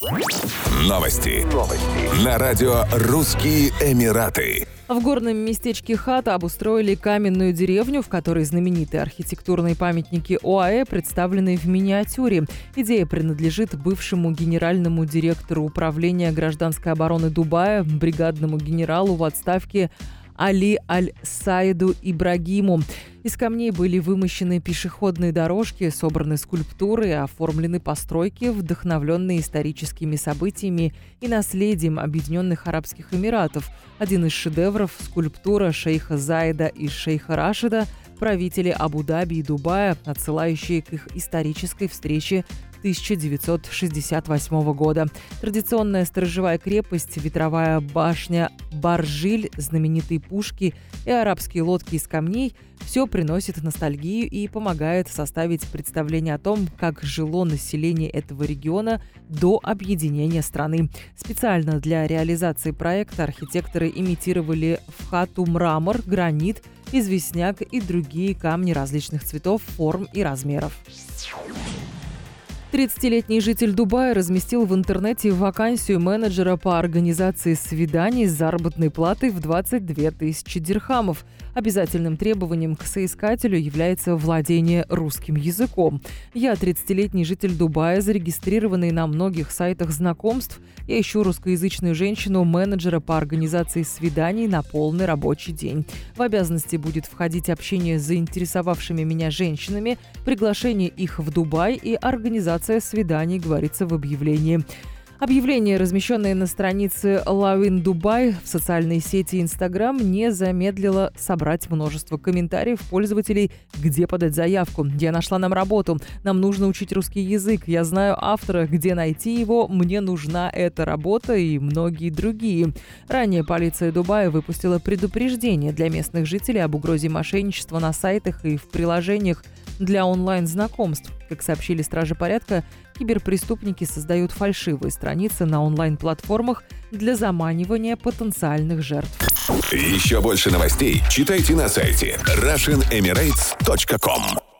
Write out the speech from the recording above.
Новости. На радио «Русские Эмираты». В горном местечке Хата обустроили каменную деревню, в которой знаменитые архитектурные памятники ОАЭ представлены в миниатюре. Идея принадлежит бывшему генеральному директору управления гражданской обороны Дубая, бригадному генералу в отставке Али Аль-Саиду Ибрагиму. Из камней были вымощены пешеходные дорожки, собраны скульптуры и оформлены постройки, вдохновленные историческими событиями и наследием Объединенных Арабских Эмиратов. Один из шедевров – скульптура шейха Заида и шейха Рашида, правители Абу-Даби и Дубая, отсылающие к их исторической встрече 1968 года. Традиционная сторожевая крепость, ветровая башня Баржиль, знаменитые пушки и арабские лодки из камней – все приносит ностальгию и помогает составить представление о том, как жило население этого региона до объединения страны. Специально для реализации проекта архитекторы имитировали в Хату мрамор, гранит, известняк и другие камни различных цветов, форм и размеров. 30-летний житель Дубая разместил в интернете вакансию менеджера по организации свиданий с заработной платой в 22 тысячи дирхамов. Обязательным требованием к соискателю является владение русским языком. Я 30-летний житель Дубая, зарегистрированный на многих сайтах знакомств. Я ищу русскоязычную женщину-менеджера по организации свиданий на полный рабочий день. В обязанности будет входить общение с заинтересовавшими меня женщинами, приглашение их в Дубай и организация свиданий, говорится в объявлении. Объявление, размещенное на странице Lawin Dubai в социальной сети Instagram, не замедлило собрать множество комментариев пользователей, где подать заявку. Я нашла нам работу. Нам нужно учить русский язык. Я знаю автора, где найти его. Мне нужна эта работа и многие другие. Ранее полиция Дубая выпустила предупреждение для местных жителей об угрозе мошенничества на сайтах и в приложениях для онлайн-знакомств. Как сообщили стражи порядка, киберпреступники создают фальшивые страницы на онлайн-платформах для заманивания потенциальных жертв. Еще больше новостей читайте на сайте RussianEmirates.com.